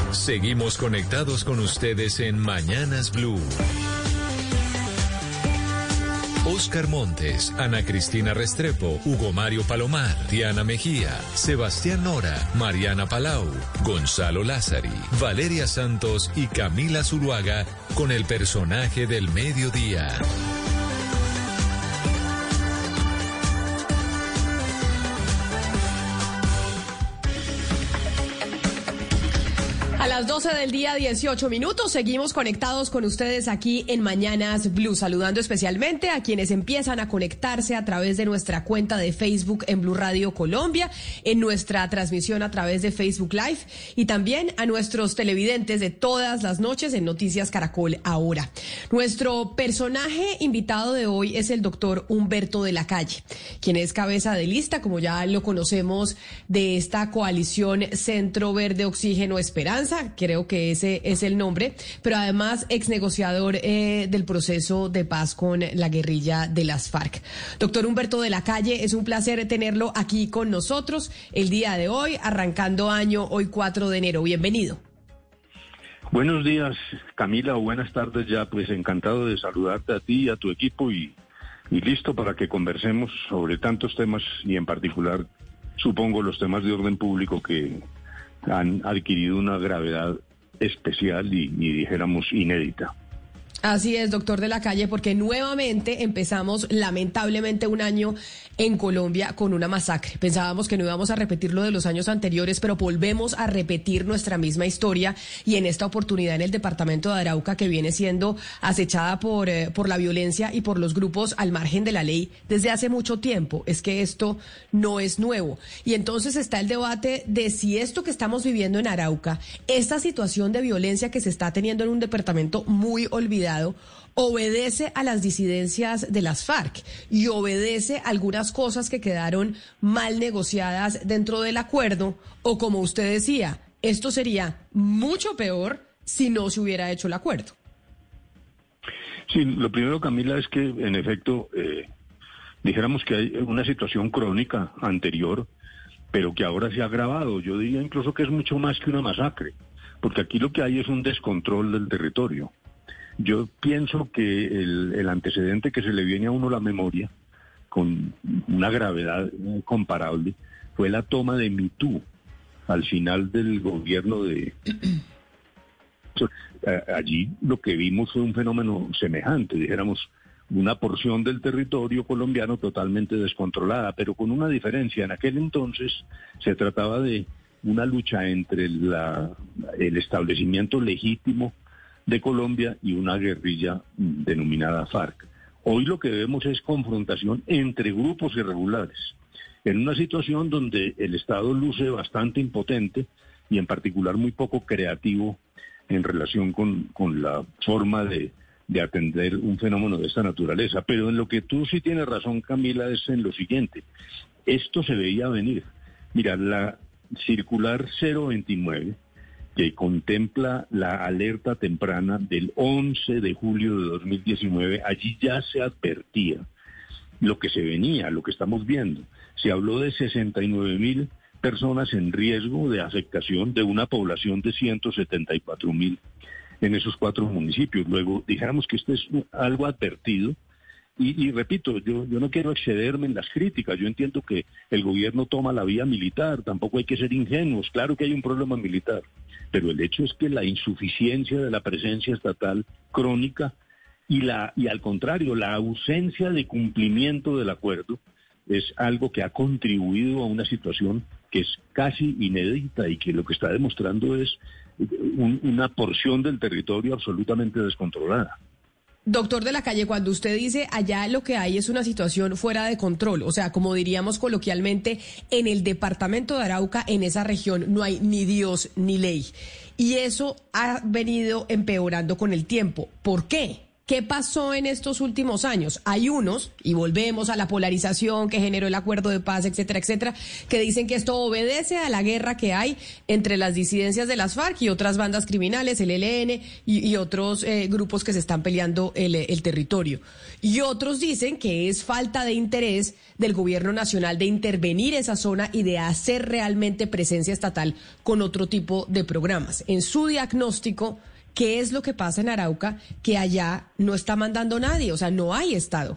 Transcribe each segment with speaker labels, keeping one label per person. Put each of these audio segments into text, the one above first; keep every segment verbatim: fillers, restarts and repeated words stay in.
Speaker 1: Seguimos conectados con ustedes en Mañanas Blue. Oscar Montes, Ana Cristina Restrepo, Hugo Mario Palomar, Diana Mejía, Sebastián Nora, Mariana Palau, Gonzalo Lázari, Valeria Santos y Camila Zuluaga con el personaje del mediodía.
Speaker 2: A las doce del día, dieciocho minutos, seguimos conectados con ustedes aquí en Mañanas Blue, saludando especialmente a quienes empiezan a conectarse a través de nuestra cuenta de Facebook en Blue Radio Colombia, en nuestra transmisión a través de Facebook Live y también a nuestros televidentes de todas las noches en Noticias Caracol Ahora. Nuestro personaje invitado de hoy es el doctor Humberto de la Calle, quien es cabeza de lista, como ya lo conocemos, de esta coalición Centro Verde Oxígeno Esperanza. Creo que ese es el nombre, pero además ex negociador eh, del proceso de paz con la guerrilla de las FARC. Doctor Humberto de la Calle, es un placer tenerlo aquí con nosotros el día de hoy, arrancando año, hoy cuatro de enero. Bienvenido.
Speaker 3: Buenos días, Camila, o buenas tardes ya, pues encantado de saludarte a ti y a tu equipo y, y listo para que conversemos sobre tantos temas y en particular, supongo, los temas de orden público que han adquirido una gravedad especial y, y dijéramos inédita.
Speaker 2: Así es, doctor de la Calle, porque nuevamente empezamos lamentablemente un año en Colombia con una masacre. Pensábamos que no íbamos a repetir lo de los años anteriores, pero volvemos a repetir nuestra misma historia y en esta oportunidad en el departamento de Arauca, que viene siendo acechada por, eh, por la violencia y por los grupos al margen de la ley desde hace mucho tiempo. Es que esto no es nuevo. Y entonces está el debate de si esto que estamos viviendo en Arauca, esta situación de violencia que se está teniendo en un departamento muy olvidado, obedece a las disidencias de las FARC y obedece a algunas cosas que quedaron mal negociadas dentro del acuerdo, o como usted decía, esto sería mucho peor si no se hubiera hecho el acuerdo.
Speaker 3: Sí, lo primero, Camila, es que en efecto eh, dijéramos que hay una situación crónica anterior, pero que ahora se ha agravado. Yo diría incluso que es mucho más que una masacre, porque aquí lo que hay es un descontrol del territorio. Yo pienso que el, el antecedente que se le viene a uno a la memoria, con una gravedad comparable, fue la toma de Mitú al final del gobierno de... Allí lo que vimos fue un fenómeno semejante, dijéramos, una porción del territorio colombiano totalmente descontrolada, pero con una diferencia. En aquel entonces se trataba de una lucha entre la, el establecimiento legítimo de Colombia y una guerrilla denominada FARC. Hoy lo que vemos es confrontación entre grupos irregulares, en una situación donde el Estado luce bastante impotente y en particular muy poco creativo en relación con, con la forma de, de atender un fenómeno de esta naturaleza. Pero en lo que tú sí tienes razón, Camila, es en lo siguiente. Esto se veía venir. Mira, la circular cero veintinueve, que contempla la alerta temprana del once de julio de dos mil diecinueve, allí ya se advertía lo que se venía, lo que estamos viendo. Se habló de sesenta y nueve mil personas en riesgo de afectación de una población de ciento setenta y cuatro mil en esos cuatro municipios. Luego dijéramos que esto es algo advertido. Y, y repito, yo, yo no quiero excederme en las críticas. Yo entiendo que el gobierno toma la vía militar, tampoco hay que ser ingenuos. Claro que hay un problema militar, pero el hecho es que la insuficiencia de la presencia estatal crónica y, la, y al contrario, la ausencia de cumplimiento del acuerdo es algo que ha contribuido a una situación que es casi inédita y que lo que está demostrando es un, una porción del territorio absolutamente descontrolada.
Speaker 2: Doctor de la Calle, cuando usted dice allá lo que hay es una situación fuera de control, o sea, como diríamos coloquialmente, en el departamento de Arauca, en esa región, no hay ni Dios ni ley. Y eso ha venido empeorando con el tiempo. ¿Por qué? ¿qué pasó en estos últimos años? Hay unos, y volvemos a la polarización que generó el acuerdo de paz, etcétera, etcétera, que dicen que esto obedece a la guerra que hay entre las disidencias de las FARC y otras bandas criminales, el E L N y, y otros eh, grupos que se están peleando el, el territorio. Y otros dicen que es falta de interés del gobierno nacional de intervenir esa zona y de hacer realmente presencia estatal con otro tipo de programas. En su diagnóstico, ¿qué es lo que pasa en Arauca que allá no está mandando nadie? O sea, no hay Estado.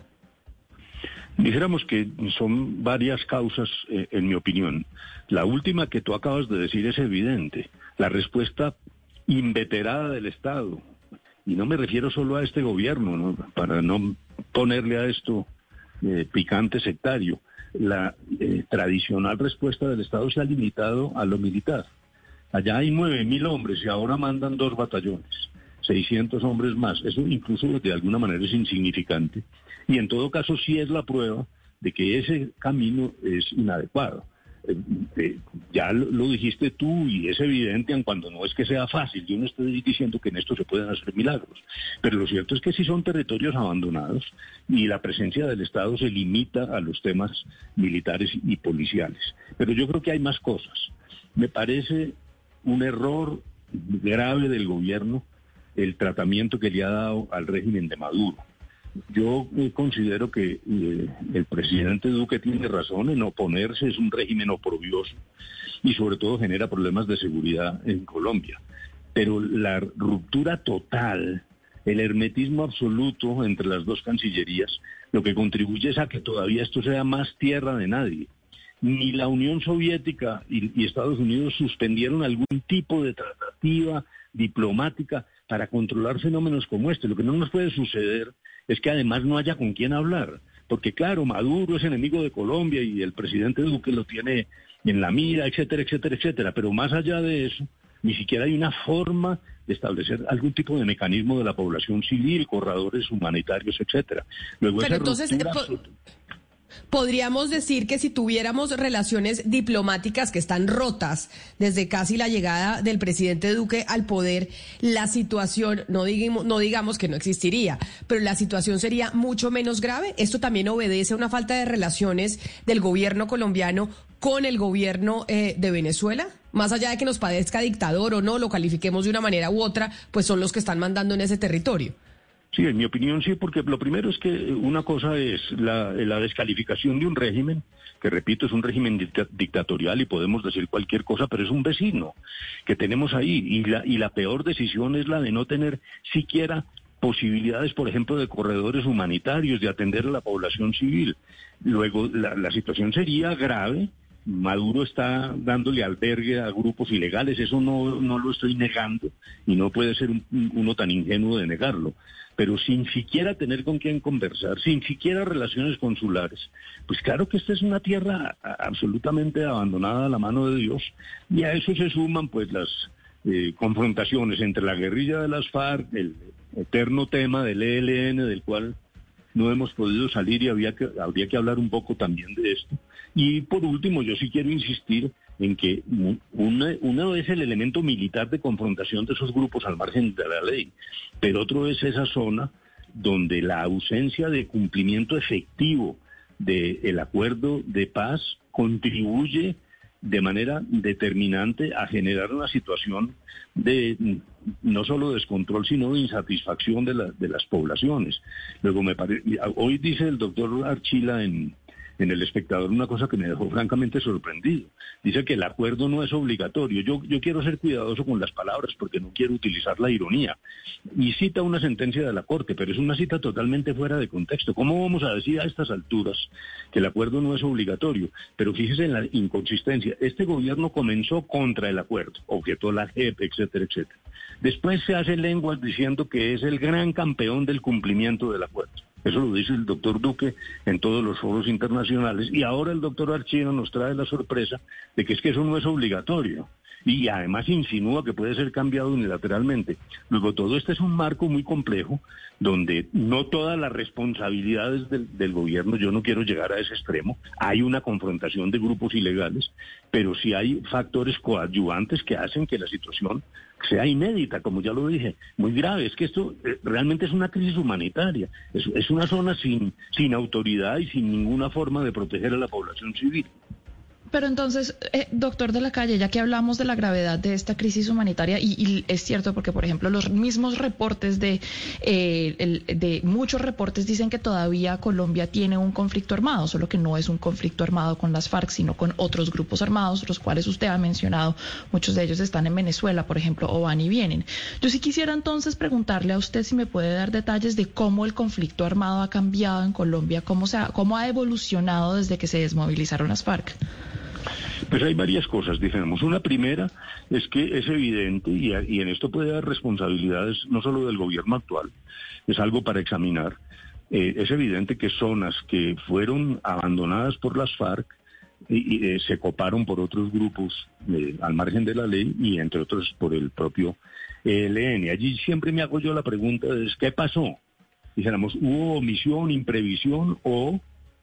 Speaker 3: Dijéramos que son varias causas, eh, en mi opinión. La última que tú acabas de decir es evidente. La respuesta inveterada del Estado. Y no me refiero solo a este gobierno, ¿no? Para no ponerle a esto eh, picante sectario. La eh, tradicional respuesta del Estado se ha limitado a lo militar. Allá hay nueve mil hombres y ahora mandan dos batallones, seiscientos hombres más. Eso incluso de alguna manera es insignificante. Y en todo caso sí es la prueba de que ese camino es inadecuado. Eh, eh, ya lo, lo dijiste tú y es evidente, aun cuando no es que sea fácil. Yo no estoy diciendo que en esto se puedan hacer milagros. Pero lo cierto es que sí son territorios abandonados y la presencia del Estado se limita a los temas militares y policiales. Pero yo creo que hay más cosas. Me parece un error grave del gobierno el tratamiento que le ha dado al régimen de Maduro. Yo eh, considero que eh, el presidente Duque tiene razón en oponerse, es un régimen oprobioso y sobre todo genera problemas de seguridad en Colombia. Pero la ruptura total, el hermetismo absoluto entre las dos cancillerías, lo que contribuye es a que todavía esto sea más tierra de nadie. Ni la Unión Soviética y, y Estados Unidos suspendieron algún tipo de tratativa diplomática para controlar fenómenos como este. Lo que no nos puede suceder es que además no haya con quién hablar, porque claro, Maduro es enemigo de Colombia y el presidente Duque lo tiene en la mira, etcétera, etcétera, etcétera, pero más allá de eso, ni siquiera hay una forma de establecer algún tipo de mecanismo de la población civil, corredores humanitarios, etcétera. Luego
Speaker 2: pero
Speaker 3: esa
Speaker 2: entonces...
Speaker 3: ruptura...
Speaker 2: Podríamos decir que si tuviéramos relaciones diplomáticas que están rotas desde casi la llegada del presidente Duque al poder, la situación, no digamos, no digamos que no existiría, pero la situación sería mucho menos grave. Esto también obedece a una falta de relaciones del gobierno colombiano con el gobierno eh, de Venezuela. Más allá de que nos padezca dictador o no, lo califiquemos de una manera u otra, pues son los que están mandando en ese territorio.
Speaker 3: Sí, en mi opinión sí, porque lo primero es que una cosa es la, la descalificación de un régimen, que repito, es un régimen dicta, dictatorial y podemos decir cualquier cosa, pero es un vecino que tenemos ahí. Y la, y la peor decisión es la de no tener siquiera posibilidades, por ejemplo, de corredores humanitarios, de atender a la población civil. Luego, la, la situación sería grave. Maduro está dándole albergue a grupos ilegales, eso no, no lo estoy negando y no puede ser un, uno tan ingenuo de negarlo, pero sin siquiera tener con quién conversar, sin siquiera relaciones consulares, pues claro que esta es una tierra absolutamente abandonada a la mano de Dios, y a eso se suman pues las eh, confrontaciones entre la guerrilla de las FARC, el eterno tema del E L N, del cual no hemos podido salir y había que, habría que hablar un poco también de esto. Y por último, yo sí quiero insistir en que una, uno es el elemento militar de confrontación de esos grupos al margen de la ley, pero otro es esa zona donde la ausencia de cumplimiento efectivo del acuerdo de paz contribuye de manera determinante a generar una situación de no solo descontrol, sino de insatisfacción de, la, de las poblaciones. Luego me parece, hoy dice el doctor Archila en, en El Espectador una cosa que me dejó francamente sorprendido. Dice que el acuerdo no es obligatorio. Yo, yo quiero ser cuidadoso con las palabras porque no quiero utilizar la ironía. Y cita una sentencia de la Corte, pero es una cita totalmente fuera de contexto. ¿Cómo vamos a decir a estas alturas que el acuerdo no es obligatorio? Pero fíjese en la inconsistencia. Este gobierno comenzó contra el acuerdo, objetó la J E P, etcétera, etcétera. Después se hace lenguas diciendo que es el gran campeón del cumplimiento del acuerdo. Eso lo dice el doctor Duque en todos los foros internacionales. Y ahora el doctor Archila nos trae la sorpresa de que es que eso no es obligatorio. y además insinúa que puede ser cambiado unilateralmente. Luego, todo esto es un marco muy complejo donde no todas las responsabilidades del, del gobierno, yo no quiero llegar a ese extremo, hay una confrontación de grupos ilegales, pero sí hay factores coadyuvantes que hacen que la situación sea inédita, como ya lo dije, muy grave. Es que esto eh, realmente es una crisis humanitaria, es, es una zona sin, sin autoridad y sin ninguna forma de proteger a la población civil.
Speaker 4: Pero entonces, eh, doctor de la Calle, ya que hablamos de la gravedad de esta crisis humanitaria, y, y es cierto porque, por ejemplo, los mismos reportes de, eh, el, de muchos reportes dicen que todavía Colombia tiene un conflicto armado, solo que no es un conflicto armado con las FARC, sino con otros grupos armados, los cuales usted ha mencionado, muchos de ellos están en Venezuela, por ejemplo, o van y vienen. Yo sí quisiera entonces preguntarle a usted si me puede dar detalles de cómo el conflicto armado ha cambiado en Colombia, cómo, se ha, cómo ha evolucionado desde que se desmovilizaron las FARC.
Speaker 3: Pues hay varias cosas, dijéramos. Una primera es que es evidente, y, y en esto puede haber responsabilidades no solo del gobierno actual, es algo para examinar, eh, es evidente que zonas que fueron abandonadas por las FARC y, y eh, se coparon por otros grupos eh, al margen de la ley y entre otros por el propio E L N. Allí siempre me hago yo la pregunta de ¿qué pasó? Dijéramos, ¿hubo omisión, imprevisión o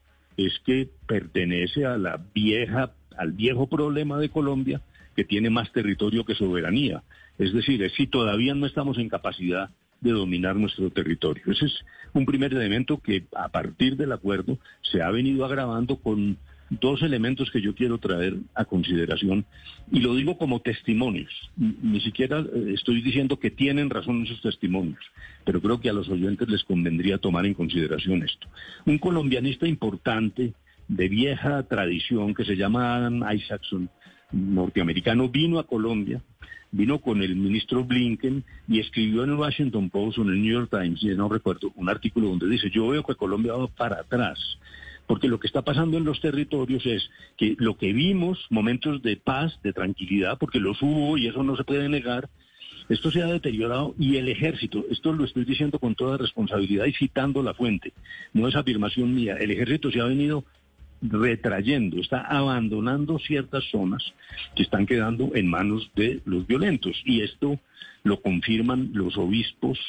Speaker 3: es que pertenece a la vieja al viejo problema de Colombia, que tiene más territorio que soberanía? Es decir, es si todavía no estamos en capacidad de dominar nuestro territorio. Ese es un primer elemento que a partir del acuerdo se ha venido agravando con dos elementos que yo quiero traer a consideración, y lo digo como testimonios. Ni siquiera estoy diciendo que tienen razón esos testimonios, pero creo que a los oyentes les convendría tomar en consideración esto. Un colombianista importante de vieja tradición que se llama Adam Isaacson, norteamericano, vino a Colombia, vino con el ministro Blinken y escribió en el Washington Post o en el New York Times, ya no recuerdo, un artículo donde dice: yo veo que Colombia va para atrás, porque lo que está pasando en los territorios es que lo que vimos, momentos de paz, de tranquilidad, porque los hubo y eso no se puede negar, esto se ha deteriorado, y el ejército, esto lo estoy diciendo con toda responsabilidad y citando la fuente, no es afirmación mía, el ejército se ha venido retrayendo, está abandonando ciertas zonas que están quedando en manos de los violentos, y esto lo confirman los obispos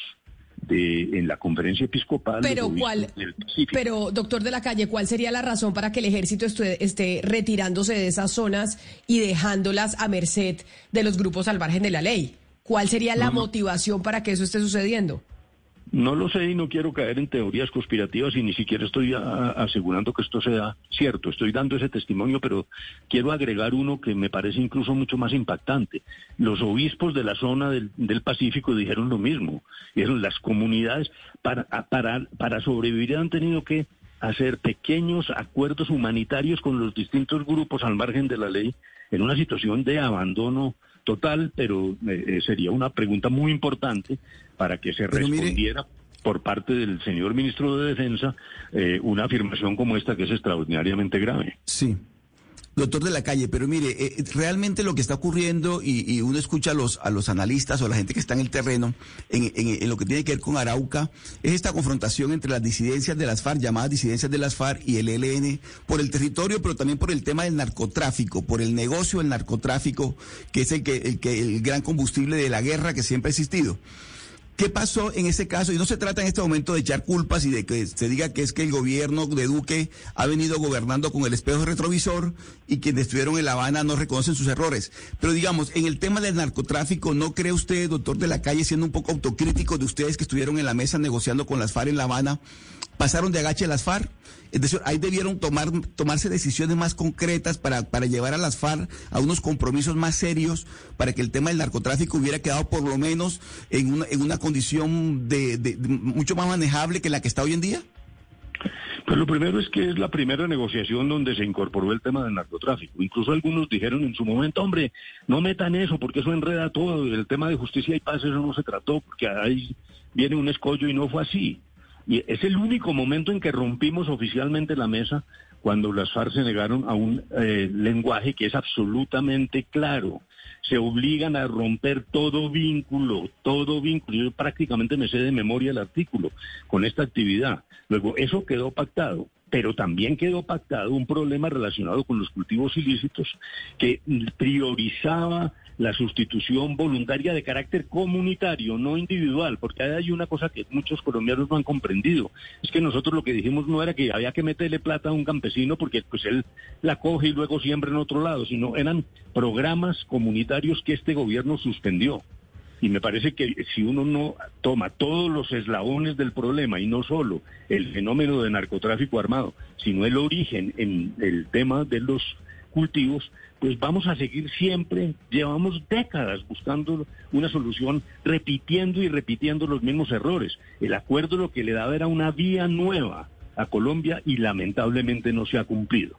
Speaker 3: de en la conferencia episcopal.
Speaker 2: Pero cuál, pero doctor de la Calle, ¿cuál sería la razón para que el ejército esté, esté retirándose de esas zonas y dejándolas a merced de los grupos al margen de la ley? ¿Cuál sería la no, no. motivación para que eso esté sucediendo?
Speaker 3: No lo sé y no quiero caer en teorías conspirativas y ni siquiera estoy a, asegurando que esto sea cierto. Estoy dando ese testimonio, pero quiero agregar uno que me parece incluso mucho más impactante. Los obispos de la zona del, del Pacífico dijeron lo mismo. Dijeron: las comunidades para, para, para sobrevivir han tenido que hacer pequeños acuerdos humanitarios con los distintos grupos al margen de la ley en una situación de abandono total, pero eh, sería una pregunta muy importante para que se pero respondiera mire, por parte del señor ministro de Defensa eh, una afirmación como esta, que es extraordinariamente grave.
Speaker 5: Sí. Doctor de la Calle, pero mire, eh, realmente lo que está ocurriendo, y, y uno escucha a los a los analistas o a la gente que está en el terreno, en, en, en lo que tiene que ver con Arauca, es esta confrontación entre las disidencias de las FARC, llamadas disidencias de las FARC, y el E L N, por el territorio, pero también por el tema del narcotráfico, por el negocio del narcotráfico, que es el que el, que, el gran combustible de la guerra que siempre ha existido. ¿Qué pasó en ese caso? Y no se trata en este momento de echar culpas y de que se diga que es que el gobierno de Duque ha venido gobernando con el espejo retrovisor y quienes estuvieron en La Habana no reconocen sus errores. Pero digamos, en el tema del narcotráfico, ¿no cree usted, doctor de la Calle, siendo un poco autocrítico de ustedes que estuvieron en la mesa negociando con las FARC en La Habana, pasaron de agache a las FARC? Es decir, ahí debieron tomar tomarse decisiones más concretas para, para llevar a las FARC a unos compromisos más serios para que el tema del narcotráfico hubiera quedado por lo menos en una, en una condición de, de, de mucho más manejable que la que está hoy en día.
Speaker 3: Pues lo primero es que es la primera negociación donde se incorporó el tema del narcotráfico. Incluso algunos dijeron en su momento: hombre, no metan eso porque eso enreda todo, el tema de justicia y paz, eso no se trató, porque ahí viene un escollo, y no fue así. Y es el único momento en que rompimos oficialmente la mesa, cuando las FARC se negaron a un eh, lenguaje que es absolutamente claro. Se obligan a romper todo vínculo, todo vínculo. Yo prácticamente me sé de memoria el artículo con esta actividad. Luego, eso quedó pactado, pero también quedó pactado un problema relacionado con los cultivos ilícitos que priorizaba la sustitución voluntaria de carácter comunitario, no individual, porque hay una cosa que muchos colombianos no han comprendido, es que nosotros lo que dijimos no era que había que meterle plata a un campesino porque pues él la coge y luego siembra en otro lado, sino eran programas comunitarios que este gobierno suspendió. Y me parece que si uno no toma todos los eslabones del problema, y no solo el fenómeno de narcotráfico armado, sino el origen en el tema de los cultivos, pues vamos a seguir siempre, llevamos décadas buscando una solución, repitiendo y repitiendo los mismos errores. El acuerdo lo que le daba era una vía nueva a Colombia y lamentablemente no se ha cumplido.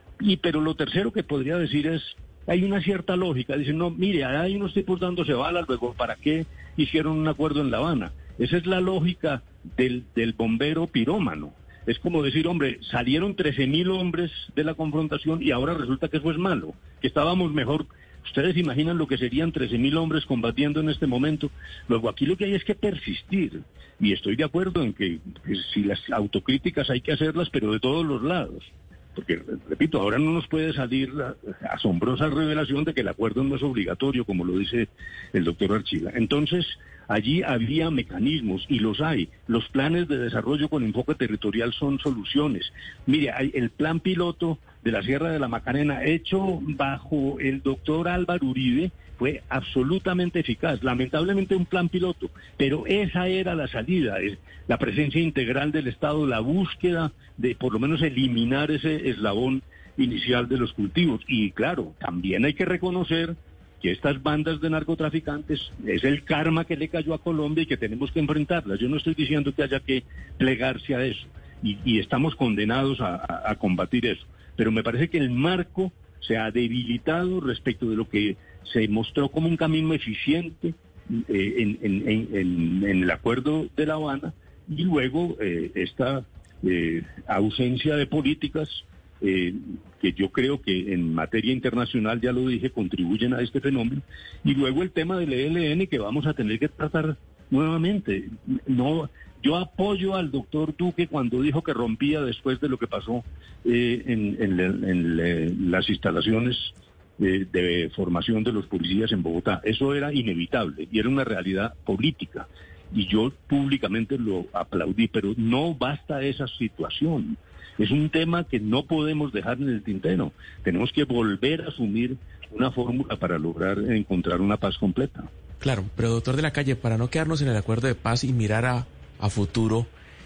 Speaker 3: Y pero lo tercero que podría decir es, hay una cierta lógica, dicen, no, mire, hay unos tipos dándose balas, luego, ¿para qué hicieron un acuerdo en La Habana? Esa es la lógica del, del bombero pirómano. Es como decir, hombre, salieron trece mil hombres de la confrontación y ahora resulta que eso es malo, que estábamos mejor. Ustedes imaginan lo que serían trece mil hombres combatiendo en este momento. Luego, aquí lo que hay es que persistir. Y estoy de acuerdo en que, que si las autocríticas hay que hacerlas, pero de todos los lados. Porque, repito, ahora no nos puede salir la asombrosa revelación de que el acuerdo no es obligatorio, como lo dice el doctor Archila. Entonces, allí había mecanismos, y los hay. Los planes de desarrollo con enfoque territorial son soluciones. Mire, hay el plan piloto de la Sierra de la Macarena, hecho bajo el doctor Álvaro Uribe, fue absolutamente eficaz. Lamentablemente un plan piloto, pero esa era la salida, es la presencia integral del Estado, la búsqueda de por lo menos eliminar ese eslabón inicial de los cultivos. Y claro, también hay que reconocer que estas bandas de narcotraficantes es el karma que le cayó a Colombia y que tenemos que enfrentarlas. Yo no estoy diciendo que haya que plegarse a eso, y, y estamos condenados a, a, a combatir eso, pero me parece que el marco se ha debilitado respecto de lo que se mostró como un camino eficiente eh, en, en, en, en el acuerdo de La Habana, y luego eh, esta eh, ausencia de políticas eh, que yo creo que en materia internacional, ya lo dije, contribuyen a este fenómeno, y luego el tema del E L N que vamos a tener que tratar nuevamente. No, yo apoyo al doctor Duque cuando dijo que rompía después de lo que pasó eh, en, en, en, en las instalaciones de, de formación de los policías en Bogotá. Eso era inevitable y era una realidad política. Y yo públicamente lo aplaudí, pero no basta esa situación. Es un tema que no podemos dejar en el tintero. Tenemos que volver a asumir una fórmula para lograr encontrar una paz completa.
Speaker 6: Claro, pero doctor de la Calle, para no quedarnos en el acuerdo de paz y mirar a, a futuro,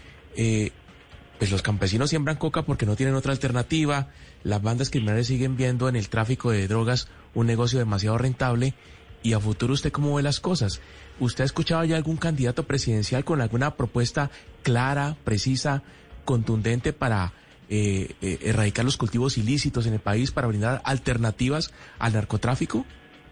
Speaker 6: eh, pues los campesinos siembran coca porque no tienen otra alternativa, las bandas criminales siguen viendo en el tráfico de drogas un negocio demasiado rentable, y a futuro, ¿usted cómo ve las cosas? ¿Usted ha escuchado ya algún candidato presidencial con alguna propuesta clara, precisa, contundente para eh, eh, erradicar los cultivos ilícitos en el país, para brindar alternativas al narcotráfico?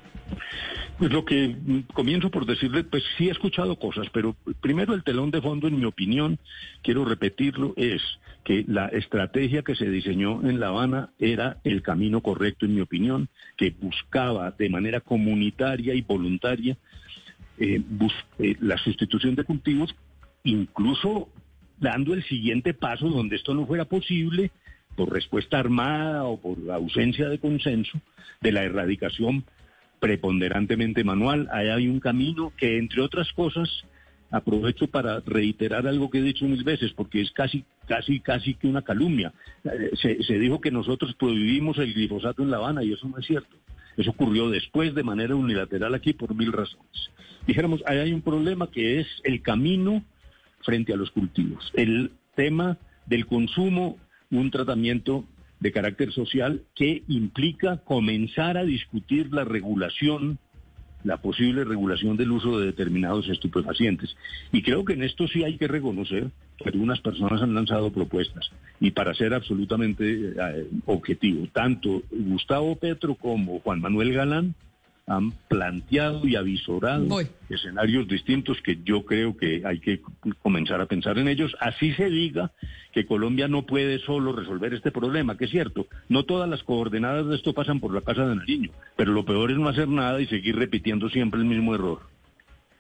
Speaker 3: Pues lo que comienzo por decirle, pues sí he escuchado cosas, pero primero el telón de fondo, en mi opinión, quiero repetirlo, es que la estrategia que se diseñó en La Habana era el camino correcto, en mi opinión, que buscaba de manera comunitaria y voluntaria eh, bus- eh, la sustitución de cultivos, incluso dando el siguiente paso donde esto no fuera posible, por respuesta armada o por ausencia de consenso, de la erradicación preponderantemente manual. Ahí hay un camino que, entre otras cosas, aprovecho para reiterar algo que he dicho mil veces, porque es casi, casi, casi que una calumnia. Se, se dijo que nosotros prohibimos el glifosato en La Habana, y eso no es cierto. Eso ocurrió después de manera unilateral aquí por mil razones. Dijéramos, ahí hay un problema que es el camino frente a los cultivos. El tema del consumo, un tratamiento de carácter social que implica comenzar a discutir la regulación, la posible regulación del uso de determinados estupefacientes. Y creo que en esto sí hay que reconocer que algunas personas han lanzado propuestas. Y para ser absolutamente eh, objetivo, tanto Gustavo Petro como Juan Manuel Galán han planteado y avisorado Voy. escenarios distintos que yo creo que hay que comenzar a pensar en ellos. Así se diga que Colombia no puede solo resolver este problema, que es cierto, no todas las coordenadas de esto pasan por la Casa de Nariño, pero lo peor es no hacer nada y seguir repitiendo siempre el mismo error.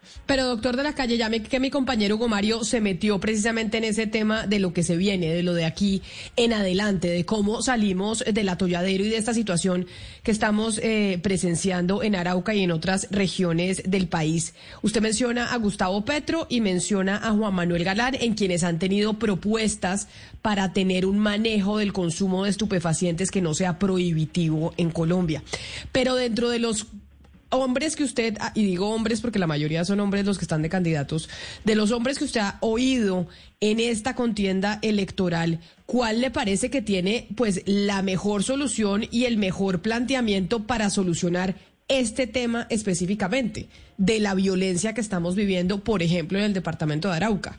Speaker 2: Pero doctor de la Calle, ya me, que mi compañero Hugo Mario se metió precisamente en ese tema de lo que se viene, de lo de aquí en adelante, de cómo salimos del atolladero y de esta situación que estamos eh, presenciando en Arauca y en otras regiones del país. Usted menciona a Gustavo Petro y menciona a Juan Manuel Galán, en quienes han tenido propuestas para tener un manejo del consumo de estupefacientes que no sea prohibitivo en Colombia. Pero dentro de los hombres que usted, y digo hombres porque la mayoría son hombres los que están de candidatos, de los hombres que usted ha oído en esta contienda electoral, ¿cuál le parece que tiene pues la mejor solución y el mejor planteamiento para solucionar este tema específicamente de la violencia que estamos viviendo, por ejemplo, en el departamento de Arauca?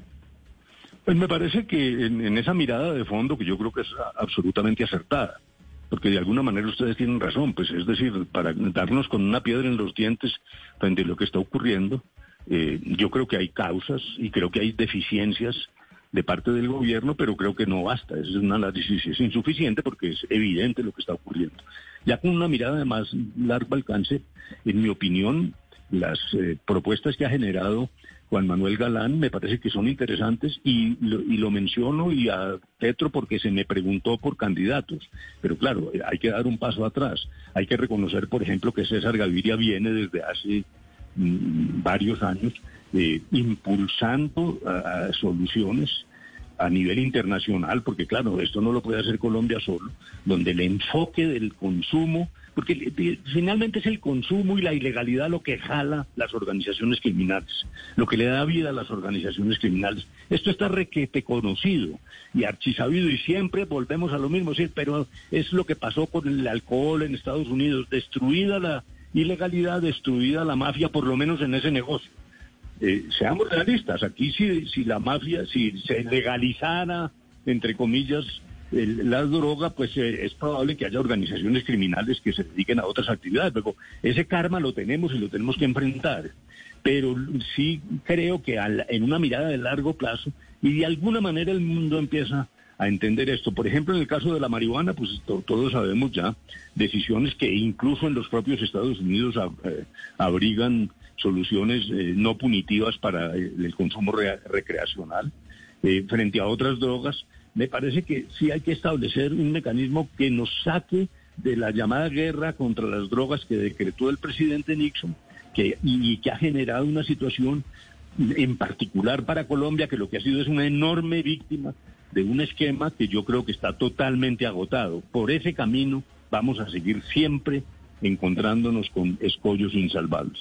Speaker 3: Pues me parece que en, en esa mirada de fondo, que yo creo que es absolutamente acertada, porque de alguna manera ustedes tienen razón, pues es decir, para darnos con una piedra en los dientes frente a lo que está ocurriendo, eh, yo creo que hay causas y creo que hay deficiencias de parte del gobierno, pero creo que no basta, es un análisis es insuficiente porque es evidente lo que está ocurriendo. Ya con una mirada de más largo alcance, en mi opinión, las eh, propuestas que ha generado Juan Manuel Galán me parece que son interesantes y lo, y lo menciono y a Petro porque se me preguntó por candidatos. Pero claro, hay que dar un paso atrás. Hay que reconocer, por ejemplo, que César Gaviria viene desde hace mmm, varios años eh, impulsando a, a soluciones a nivel internacional, porque claro, esto no lo puede hacer Colombia solo, donde el enfoque del consumo, porque finalmente es el consumo y la ilegalidad lo que jala las organizaciones criminales, lo que le da vida a las organizaciones criminales. Esto está requete conocido y archisabido y siempre volvemos a lo mismo, ¿sí? Pero es lo que pasó con el alcohol en Estados Unidos, destruida la ilegalidad, destruida la mafia, por lo menos en ese negocio. Eh, seamos realistas, aquí si, si la mafia, si se legalizara, entre comillas, el, la droga, pues eh, es probable que haya organizaciones criminales que se dediquen a otras actividades. Luego, ese karma lo tenemos y lo tenemos que enfrentar. Pero sí creo que al, en una mirada de largo plazo, y de alguna manera el mundo empieza a entender esto. Por ejemplo, en el caso de la marihuana, pues to, todos sabemos ya decisiones que incluso en los propios Estados Unidos ab, eh, abrigan soluciones eh, no punitivas para el, el consumo re, recreacional. Eh, frente a otras drogas, me parece que sí hay que establecer un mecanismo que nos saque de la llamada guerra contra las drogas que decretó el presidente Nixon, que, y, y que ha generado una situación en particular para Colombia, que lo que ha sido es una enorme víctima de un esquema que yo creo que está totalmente agotado. Por ese camino vamos a seguir siempre encontrándonos con escollos insalvables.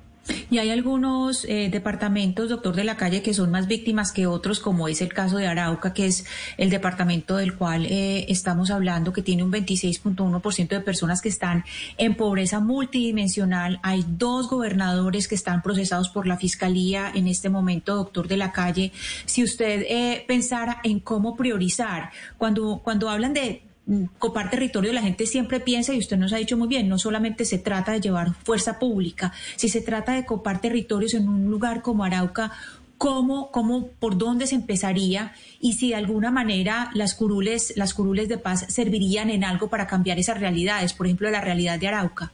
Speaker 7: Y hay algunos eh, departamentos, doctor de la Calle, que son más víctimas que otros, como es el caso de Arauca, que es el departamento del cual eh, estamos hablando, que tiene un veintiséis punto uno por ciento de personas que están en pobreza multidimensional. Hay dos gobernadores que están procesados por la Fiscalía en este momento, doctor de la Calle. Si usted eh, pensara en cómo priorizar, cuando, cuando hablan de copar territorio, la gente siempre piensa, y usted nos ha dicho muy bien, no solamente se trata de llevar fuerza pública, si se trata de copar territorios en un lugar como Arauca, ¿cómo, cómo, por dónde se empezaría? Y si de alguna manera las curules, las curules de paz servirían en algo para cambiar esas realidades, por ejemplo, la realidad de Arauca.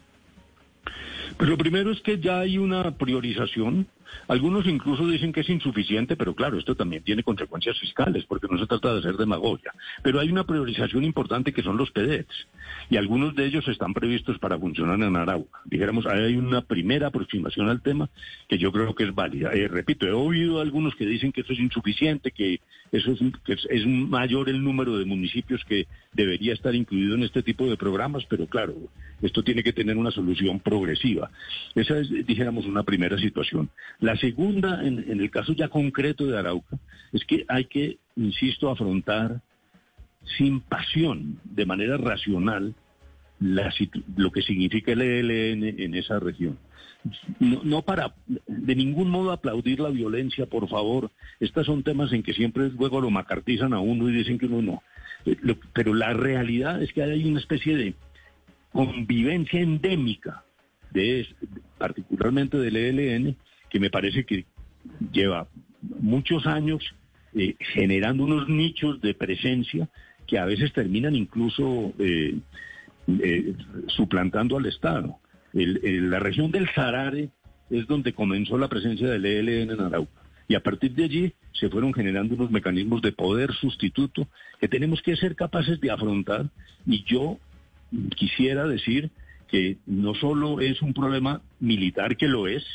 Speaker 3: Pues lo primero es que ya hay una priorización. Algunos incluso dicen que es insuficiente, pero claro, esto también tiene consecuencias fiscales, porque no se trata de hacer demagogia. Pero hay una priorización importante que son los P D E Ts, y algunos de ellos están previstos para funcionar en Arauca. Dijéramos, hay una primera aproximación al tema que yo creo que es válida. Eh, repito, he oído a algunos que dicen que eso es insuficiente, que eso es, que es, es mayor el número de municipios que debería estar incluido en este tipo de programas, pero claro, esto tiene que tener una solución progresiva. Esa es, dijéramos, una primera situación. La segunda, en, en el caso ya concreto de Arauca, es que hay que, insisto, afrontar sin pasión, de manera racional, la, lo que significa el E L N en esa región. No, no para de ningún modo aplaudir la violencia, por favor. Estos son temas en que siempre luego lo macartizan a uno y dicen que uno no. Pero la realidad es que hay una especie de convivencia endémica, de particularmente del E L N, que me parece que lleva muchos años eh, generando unos nichos de presencia que a veces terminan incluso eh, eh, suplantando al Estado. El, el, la región del Sarare es donde comenzó la presencia del E L N en Arauca. Y a partir de allí se fueron generando unos mecanismos de poder sustituto que tenemos que ser capaces de afrontar. Y yo quisiera decir que no solo es un problema militar, que lo es,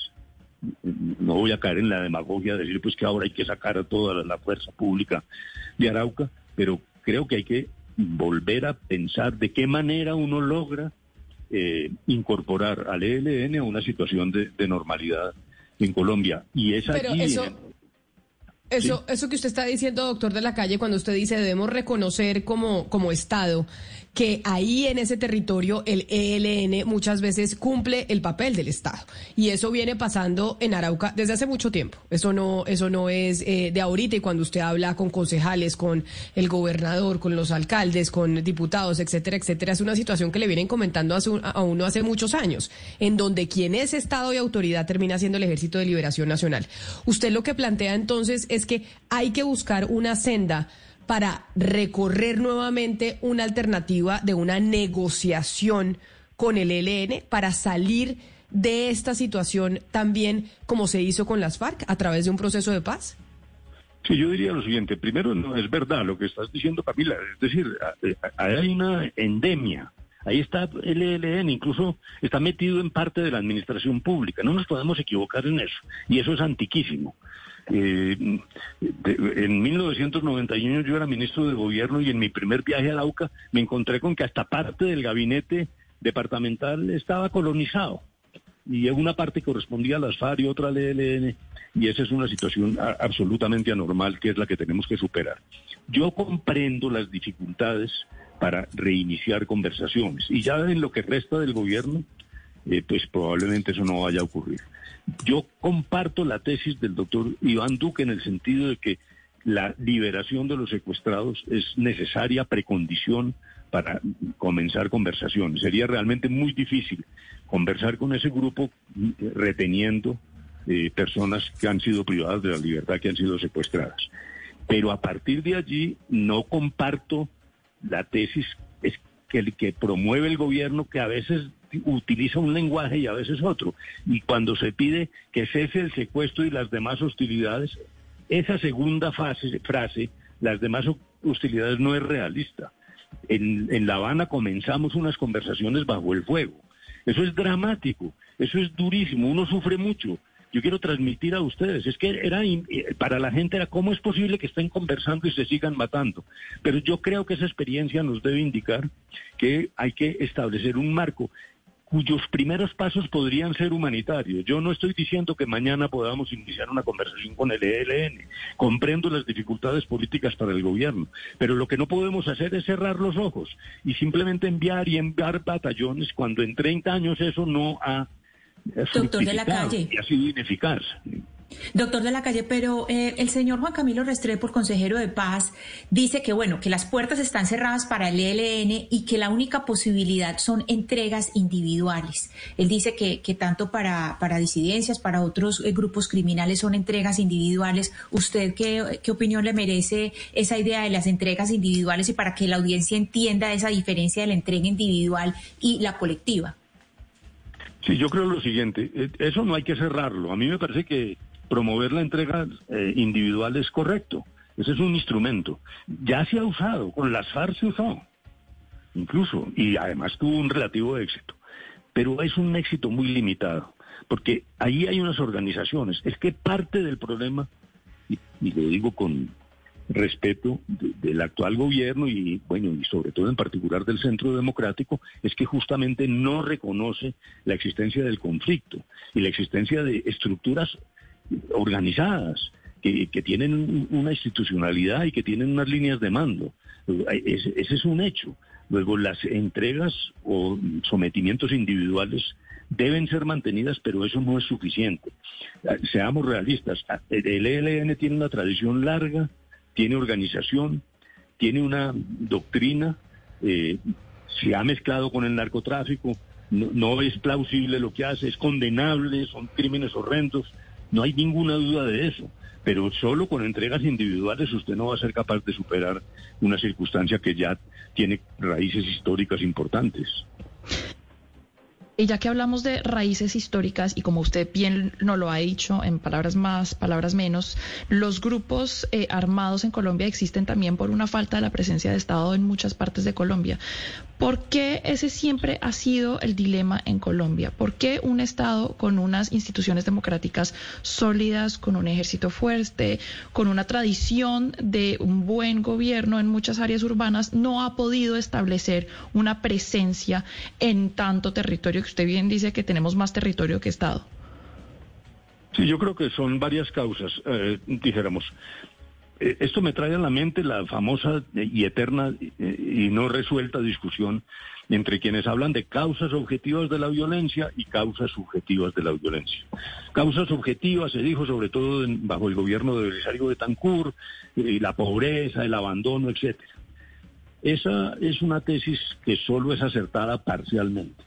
Speaker 3: no voy a caer en la demagogia de decir pues que ahora hay que sacar a toda la fuerza pública de Arauca, pero creo que hay que volver a pensar de qué manera uno logra eh, incorporar al E L N a una situación de, de normalidad en Colombia. Y es
Speaker 2: pero
Speaker 3: allí...
Speaker 2: Eso...
Speaker 3: En...
Speaker 2: Eso,
Speaker 3: ¿Sí?
Speaker 2: eso que usted está diciendo, doctor de la Calle, cuando usted dice debemos reconocer como, como Estado que ahí en ese territorio el E L N muchas veces cumple el papel del Estado. Y eso viene pasando en Arauca desde hace mucho tiempo. Eso no, eso no es eh, de ahorita, y cuando usted habla con concejales, con el gobernador, con los alcaldes, con diputados, etcétera, etcétera, es una situación que le vienen comentando a, su, a uno hace muchos años, en donde quien es Estado y autoridad termina siendo el Ejército de Liberación Nacional. Usted lo que plantea entonces es que hay que buscar una senda para recorrer nuevamente una alternativa de una negociación con el E L N para salir de esta situación también como se hizo con las FARC a través de un proceso de paz.
Speaker 3: Sí, yo diría lo siguiente. Primero, no es verdad lo que estás diciendo, Camila. Es decir, hay una endemia. Ahí está el E L N, incluso está metido en parte de la administración pública. No nos podemos equivocar en eso. Y eso es antiquísimo. Eh, de, en mil novecientos noventa y uno yo era ministro de gobierno y en mi primer viaje a Arauca me encontré con que hasta parte del gabinete departamental estaba colonizado. Y una parte correspondía a las FARC y otra al E L N. Y esa es una situación a, absolutamente anormal, que es la que tenemos que superar. Yo comprendo las dificultades para reiniciar conversaciones. Y ya en lo que resta del gobierno, eh, pues probablemente eso no vaya a ocurrir. Yo comparto la tesis del doctor Iván Duque en el sentido de que la liberación de los secuestrados es necesaria precondición para comenzar conversaciones. Sería realmente muy difícil conversar con ese grupo reteniendo eh, personas que han sido privadas de la libertad, que han sido secuestradas. Pero a partir de allí no comparto la tesis es que el que promueve el gobierno, que a veces utiliza un lenguaje y a veces otro. Y cuando se pide que cese el secuestro y las demás hostilidades, esa segunda fase, frase, las demás hostilidades, no es realista. En, en La Habana comenzamos unas conversaciones bajo el fuego. Eso es dramático, eso es durísimo, uno sufre mucho. Yo quiero transmitir a ustedes, es que era para la gente era cómo es posible que estén conversando y se sigan matando. Pero yo creo que esa experiencia nos debe indicar que hay que establecer un marco cuyos primeros pasos podrían ser humanitarios. Yo no estoy diciendo que mañana podamos iniciar una conversación con el E L N. Comprendo las dificultades políticas para el gobierno, pero lo que no podemos hacer es cerrar los ojos y simplemente enviar y enviar batallones cuando en treinta años eso no ha
Speaker 7: Doctor de la Calle.
Speaker 3: Y ha sido ineficaz.
Speaker 7: Doctor de la Calle, pero eh, el señor Juan Camilo Restrepo, consejero de Paz, dice que bueno, que las puertas están cerradas para el E L N y que la única posibilidad son entregas individuales. Él dice que, que tanto para, para disidencias, para otros eh, grupos criminales son entregas individuales. ¿Usted qué, qué opinión le merece esa idea de las entregas individuales y para que la audiencia entienda esa diferencia de la entrega individual y la colectiva?
Speaker 3: Sí, yo creo lo siguiente, eso no hay que cerrarlo. A mí me parece que promover la entrega eh, individual es correcto. Ese es un instrumento. Ya se ha usado, con las FARC se usó, incluso, y además tuvo un relativo éxito. Pero es un éxito muy limitado, porque ahí hay unas organizaciones. Es que parte del problema, y, y lo digo con respeto de, del actual gobierno y bueno y sobre todo en particular del Centro Democrático, es que justamente no reconoce la existencia del conflicto y la existencia de estructuras organizadas que, que tienen una institucionalidad y que tienen unas líneas de mando. Ese, ese es un hecho. Luego, las entregas o sometimientos individuales deben ser mantenidas, pero eso no es suficiente. Seamos realistas. El E L N tiene una tradición larga, tiene organización, tiene una doctrina, eh, se ha mezclado con el narcotráfico, no, no es plausible lo que hace, es condenable, son crímenes horrendos, no hay ninguna duda de eso, pero solo con entregas individuales usted no va a ser capaz de superar una circunstancia que ya tiene raíces históricas importantes.
Speaker 4: Y ya que hablamos de raíces históricas, y como usted bien nos lo ha dicho, en palabras más, palabras menos, los grupos eh, armados en Colombia existen también por una falta de la presencia de Estado en muchas partes de Colombia. ¿Por qué ese siempre ha sido el dilema en Colombia? ¿Por qué un Estado con unas instituciones democráticas sólidas, con un ejército fuerte, con una tradición de un buen gobierno en muchas áreas urbanas, no ha podido establecer una presencia en tanto territorio, que usted bien dice que tenemos más territorio que Estado?
Speaker 3: Sí, yo creo que son varias causas, eh, dijéramos. Esto me trae a la mente la famosa y eterna y no resuelta discusión entre quienes hablan de causas objetivas de la violencia y causas subjetivas de la violencia. Causas objetivas, se dijo sobre todo en, bajo el gobierno de Belisario Betancur, eh, la pobreza, el abandono, etcétera. Esa es una tesis que solo es acertada parcialmente.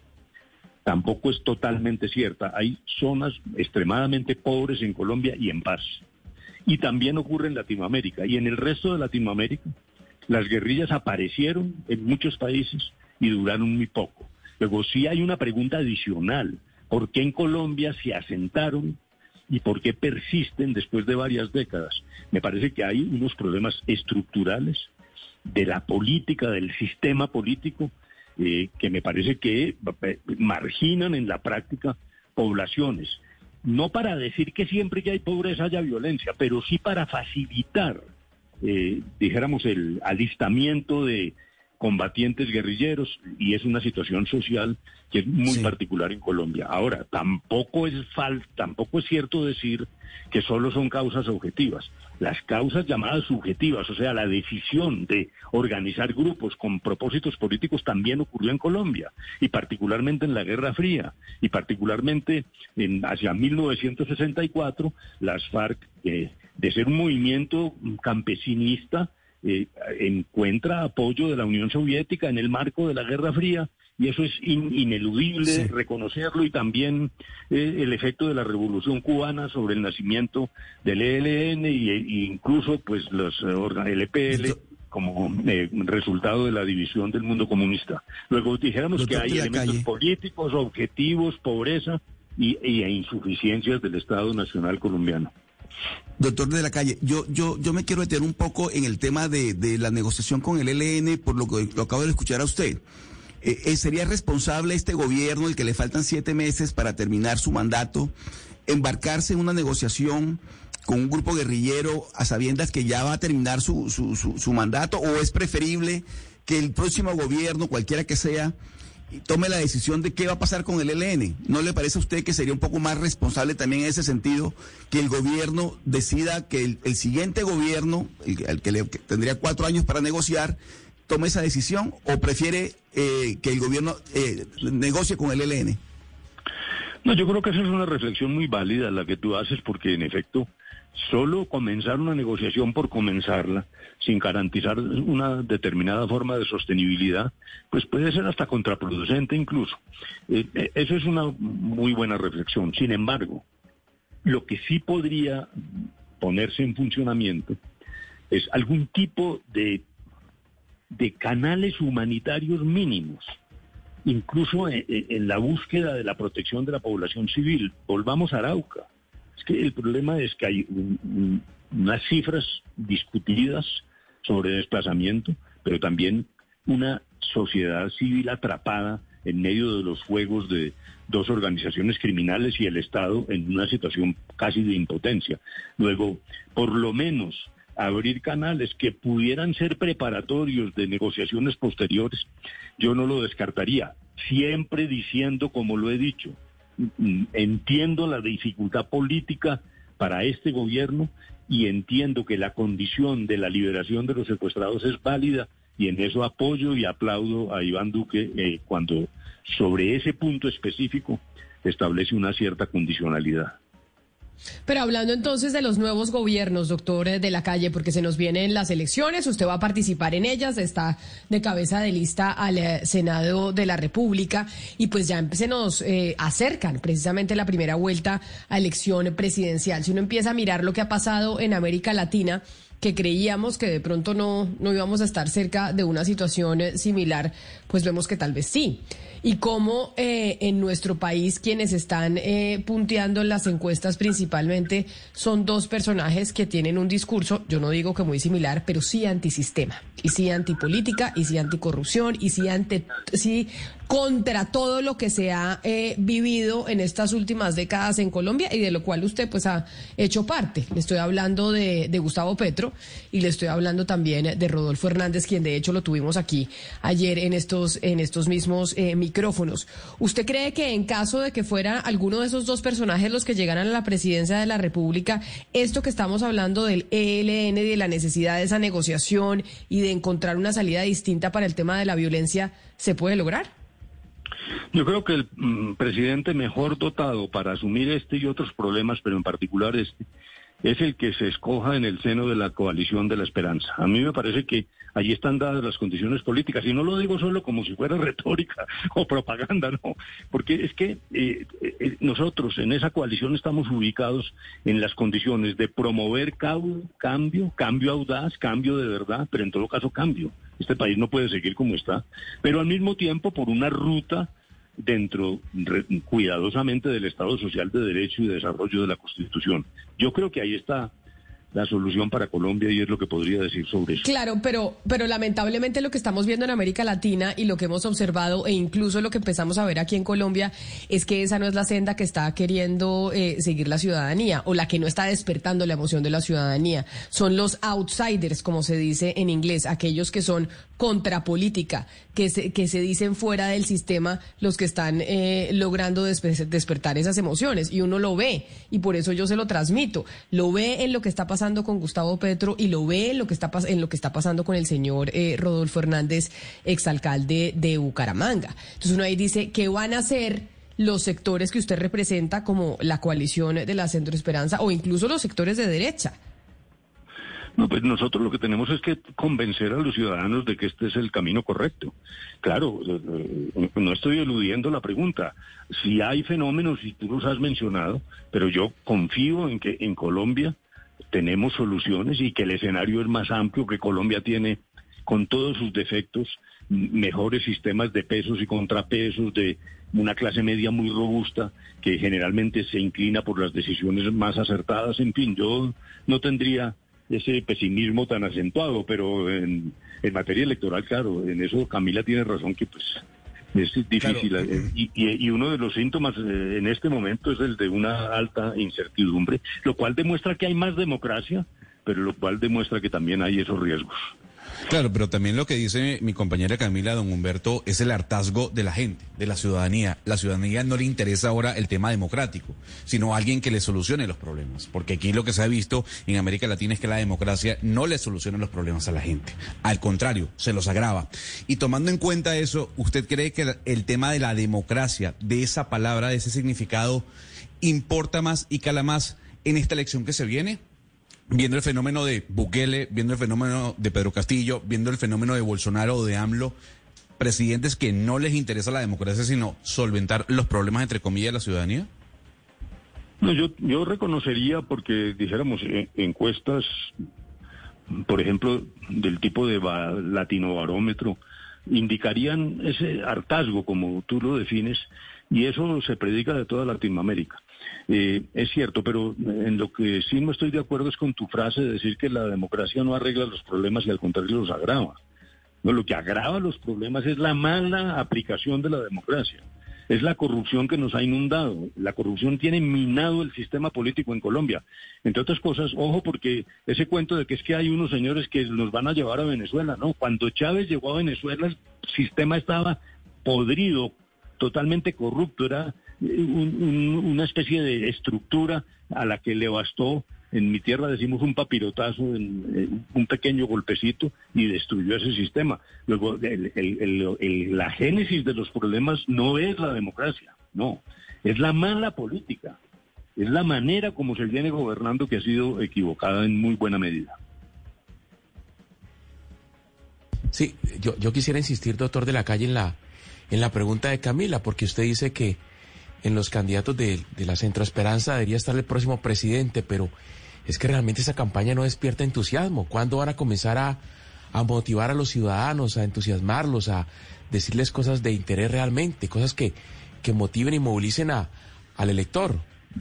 Speaker 3: Tampoco es totalmente cierta. Hay zonas extremadamente pobres en Colombia y en paz. Y también ocurre en Latinoamérica. Y en el resto de Latinoamérica, las guerrillas aparecieron en muchos países y duraron muy poco. Luego sí hay una pregunta adicional. ¿Por qué en Colombia se asentaron y por qué persisten después de varias décadas? Me parece que hay unos problemas estructurales de la política, del sistema político, eh, que me parece que marginan en la práctica poblaciones. No para decir que siempre que hay pobreza haya violencia, pero sí para facilitar, eh, dijéramos, el alistamiento de combatientes guerrilleros, y es una situación social que es muy sí. particular en Colombia. Ahora, tampoco es fal, tampoco es cierto decir que solo son causas objetivas. Las causas llamadas subjetivas, o sea, la decisión de organizar grupos con propósitos políticos también ocurrió en Colombia, y particularmente en la Guerra Fría, y particularmente en, hacia mil novecientos sesenta y cuatro, las FARC, eh, de ser un movimiento campesinista, Eh, encuentra apoyo de la Unión Soviética en el marco de la Guerra Fría, y eso es in, ineludible sí. reconocerlo, y también eh, el efecto de la Revolución Cubana sobre el nacimiento del E L N y, y incluso pues los eh, L P L como eh, resultado de la división del mundo comunista. Luego dijéramos que hay elementos calle. políticos, objetivos, pobreza y, y insuficiencias del Estado Nacional colombiano.
Speaker 5: Doctor de la Calle, yo yo yo me quiero detener un poco en el tema de, de la negociación con el E L N, por lo que lo acabo de escuchar a usted. Eh, ¿Sería responsable este gobierno, el que le faltan siete meses para terminar su mandato, embarcarse en una negociación con un grupo guerrillero a sabiendas que ya va a terminar su, su, su, su mandato, o es preferible que el próximo gobierno, cualquiera que sea, tome la decisión de qué va a pasar con el E L N? ¿No le parece a usted que sería un poco más responsable también en ese sentido que el gobierno decida que el, el siguiente gobierno, el, el que, le, que tendría cuatro años para negociar, tome esa decisión, o prefiere eh, que el gobierno eh, negocie con el E L N?
Speaker 3: No, yo creo que esa es una reflexión muy válida la que tú haces, porque en efecto solo comenzar una negociación por comenzarla, sin garantizar una determinada forma de sostenibilidad, pues puede ser hasta contraproducente incluso. Eh, eh, eso es una muy buena reflexión. Sin embargo, lo que sí podría ponerse en funcionamiento es algún tipo de, de canales humanitarios mínimos, incluso en, en la búsqueda de la protección de la población civil. Volvamos a Arauca. Es que el problema es que hay un, un, unas cifras discutidas sobre desplazamiento, pero también una sociedad civil atrapada en medio de los fuegos de dos organizaciones criminales y el Estado en una situación casi de impotencia. Luego, por lo menos, abrir canales que pudieran ser preparatorios de negociaciones posteriores, yo no lo descartaría, siempre diciendo, como lo he dicho, entiendo la dificultad política para este gobierno y entiendo que la condición de la liberación de los secuestrados es válida, y en eso apoyo y aplaudo a Iván Duque eh, cuando sobre ese punto específico establece una cierta condicionalidad.
Speaker 2: Pero hablando entonces de los nuevos gobiernos, doctor de la Calle, porque se nos vienen las elecciones, usted va a participar en ellas, está de cabeza de lista al eh, Senado de la República, y pues ya se nos eh, acercan precisamente la primera vuelta a elección presidencial. Si uno empieza a mirar lo que ha pasado en América Latina, que creíamos que de pronto no, no íbamos a estar cerca de una situación similar, pues vemos que tal vez sí. Y cómo eh, en nuestro país quienes están eh, punteando en las encuestas principalmente son dos personajes que tienen un discurso, yo no digo que muy similar, pero sí antisistema, y sí antipolítica, y sí anticorrupción, y sí, ante, sí contra todo lo que se ha eh, vivido en estas últimas décadas en Colombia y de lo cual usted pues ha hecho parte. Le estoy hablando de, de Gustavo Petro y le estoy hablando también de Rodolfo Hernández, quien de hecho lo tuvimos aquí ayer en estos, en estos mismos eh, micrófonos. ¿Usted cree que en caso de que fuera alguno de esos dos personajes los que llegaran a la presidencia de la República, esto que estamos hablando del E L N y de la necesidad de esa negociación y de encontrar una salida distinta para el tema de la violencia, se puede lograr?
Speaker 3: Yo creo que el mm, presidente mejor dotado para asumir este y otros problemas, pero en particular este, es el que se escoja en el seno de la coalición de la esperanza. A mí me parece que allí están dadas las condiciones políticas, y no lo digo solo como si fuera retórica o propaganda, no, porque es que eh, eh, nosotros en esa coalición estamos ubicados en las condiciones de promover cambio, cambio audaz, cambio de verdad, pero en todo caso cambio. Este país no puede seguir como está, pero al mismo tiempo por una ruta dentro re, cuidadosamente del Estado Social de Derecho y de Desarrollo de la Constitución. Yo creo que ahí está la solución para Colombia y es lo que podría decir sobre eso.
Speaker 2: Claro, pero, pero lamentablemente lo que estamos viendo en América Latina y lo que hemos observado e incluso lo que empezamos a ver aquí en Colombia es que esa no es la senda que está queriendo eh, seguir la ciudadanía o la que no está despertando la emoción de la ciudadanía. Son los outsiders, como se dice en inglés, aquellos que son contrapolítica, que se, que se dicen fuera del sistema, los que están eh, logrando despe- despertar esas emociones, y uno lo ve, y por eso yo se lo transmito, lo ve en lo que está pasando con Gustavo Petro y lo ve en lo que está, pas- en lo que está pasando con el señor eh, Rodolfo Hernández, exalcalde de Bucaramanga. Entonces uno ahí dice, ¿qué van a hacer los sectores que usted representa como la coalición de la Centro Esperanza o incluso los sectores de derecha?
Speaker 3: No, pues nosotros lo que tenemos es que convencer a los ciudadanos de que este es el camino correcto. Claro, no estoy eludiendo la pregunta. Si hay fenómenos, y tú los has mencionado, pero yo confío en que en Colombia tenemos soluciones y que el escenario es más amplio, que Colombia tiene, con todos sus defectos, mejores sistemas de pesos y contrapesos, de una clase media muy robusta, que generalmente se inclina por las decisiones más acertadas. En fin, yo no tendría ese pesimismo tan acentuado, pero en, en materia electoral, claro, en eso Camila tiene razón, que pues es difícil. Claro. Y, y, y uno de los síntomas eh, en este momento es el de una alta incertidumbre, lo cual demuestra que hay más democracia, pero lo cual demuestra que también hay esos riesgos.
Speaker 8: Claro, pero también lo que dice mi compañera Camila, don Humberto, es el hartazgo de la gente, de la ciudadanía. La ciudadanía no le interesa ahora el tema democrático, sino alguien que le solucione los problemas. Porque aquí lo que se ha visto en América Latina es que la democracia no le soluciona los problemas a la gente. Al contrario, se los agrava. Y tomando en cuenta eso, ¿usted cree que el tema de la democracia, de esa palabra, de ese significado, importa más y cala más en esta elección que se viene? Viendo el fenómeno de Bukele, viendo el fenómeno de Pedro Castillo, viendo el fenómeno de Bolsonaro o de AMLO, presidentes que no les interesa la democracia, sino solventar los problemas, entre comillas, de la ciudadanía.
Speaker 3: No, yo, yo reconocería, porque dijéramos, eh, encuestas, por ejemplo, del tipo de ba- Latino Barómetro, indicarían ese hartazgo, como tú lo defines, y eso se predica de toda Latinoamérica. Eh, es cierto, pero en lo que sí no estoy de acuerdo es con tu frase de decir que la democracia no arregla los problemas y al contrario los agrava. No, lo que agrava los problemas es la mala aplicación de la democracia. Es la corrupción que nos ha inundado. La corrupción tiene minado el sistema político en Colombia. Entre otras cosas, ojo, porque ese cuento de que es que hay unos señores que nos van a llevar a Venezuela, no. Cuando Chávez llegó a Venezuela, el sistema estaba podrido, totalmente corrupto. Era un, un, una especie de estructura a la que le bastó, en mi tierra decimos un papirotazo, en, en un pequeño golpecito, y destruyó ese sistema. Luego, el, el, el, el, la génesis de los problemas no es la democracia, no, es la mala política, es la manera como se viene gobernando que ha sido equivocada en muy buena medida.
Speaker 6: Sí, yo, yo quisiera insistir, doctor de la Calle, en la, en la pregunta de Camila, porque usted dice que en los candidatos de, de la Centro Esperanza debería estar el próximo presidente, pero es que realmente esa campaña no despierta entusiasmo. ¿Cuándo van a comenzar a, a motivar a los ciudadanos, a entusiasmarlos, a decirles cosas de interés realmente, cosas que, que motiven y movilicen a, al elector?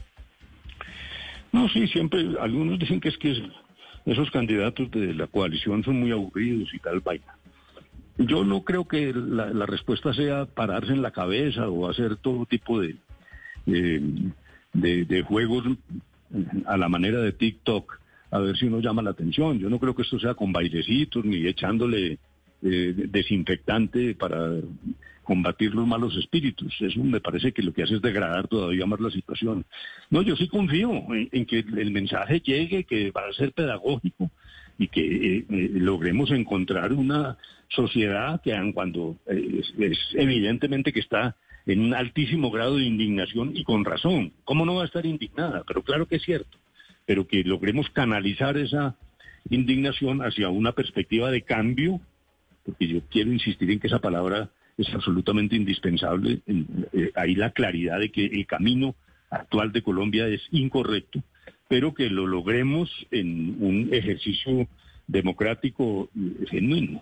Speaker 3: No, sí, siempre, algunos dicen que es que esos candidatos de la coalición son muy aburridos y tal vaina. Yo no creo que la, la respuesta sea pararse en la cabeza o hacer todo tipo de, de, de, de juegos a la manera de TikTok, a ver si uno llama la atención. Yo no creo que esto sea con bailecitos ni echándole eh, desinfectante para combatir los malos espíritus. Eso me parece que lo que hace es degradar todavía más la situación. No, yo sí confío en, en que el mensaje llegue, que va a ser pedagógico y que eh, eh, logremos encontrar una sociedad que aun cuando eh, es, es evidentemente que está en un altísimo grado de indignación y con razón. ¿Cómo no va a estar indignada? Pero claro que es cierto. Pero que logremos canalizar esa indignación hacia una perspectiva de cambio, porque yo quiero insistir en que esa palabra es absolutamente indispensable. Eh, hay la claridad de que el camino actual de Colombia es incorrecto, pero que lo logremos en un ejercicio democrático genuino.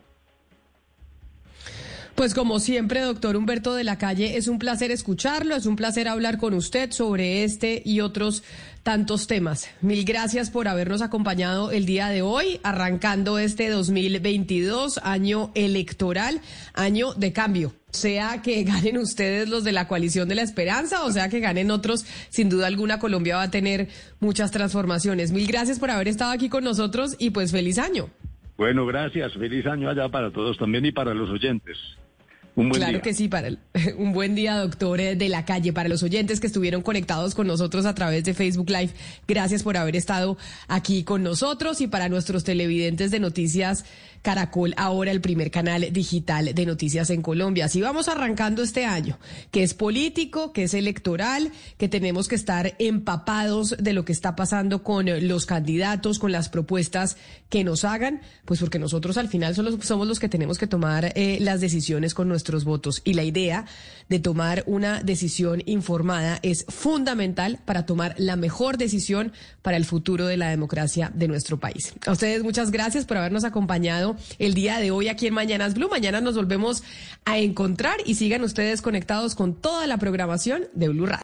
Speaker 2: Pues como siempre, doctor Humberto de la Calle, es un placer escucharlo, es un placer hablar con usted sobre este y otros tantos temas. Mil gracias por habernos acompañado el día de hoy, arrancando este dos mil veintidós, año electoral, año de cambio. Sea que ganen ustedes los de la Coalición de la Esperanza o sea que ganen otros, sin duda alguna Colombia va a tener muchas transformaciones. Mil gracias por haber estado aquí con nosotros y pues feliz año.
Speaker 3: Bueno, gracias. Feliz año allá para todos también y para los oyentes. Un buen
Speaker 2: claro
Speaker 3: día.
Speaker 2: que sí, para el, un buen día, doctor de la Calle, para los oyentes que estuvieron conectados con nosotros a través de Facebook Live. Gracias por haber estado aquí con nosotros y para nuestros televidentes de Noticias Caracol, ahora el primer canal digital de noticias en Colombia. Así vamos arrancando este año, que es político, que es electoral, que tenemos que estar empapados de lo que está pasando con los candidatos, con las propuestas que nos hagan, pues porque nosotros al final somos, somos los que tenemos que tomar eh, las decisiones con nuestros votos. Y la idea de tomar una decisión informada es fundamental para tomar la mejor decisión para el futuro de la democracia de nuestro país. A ustedes muchas gracias por habernos acompañado el día de hoy aquí en Mañanas Blue. Mañana nos volvemos a encontrar y sigan ustedes conectados con toda la programación de Blue Radio.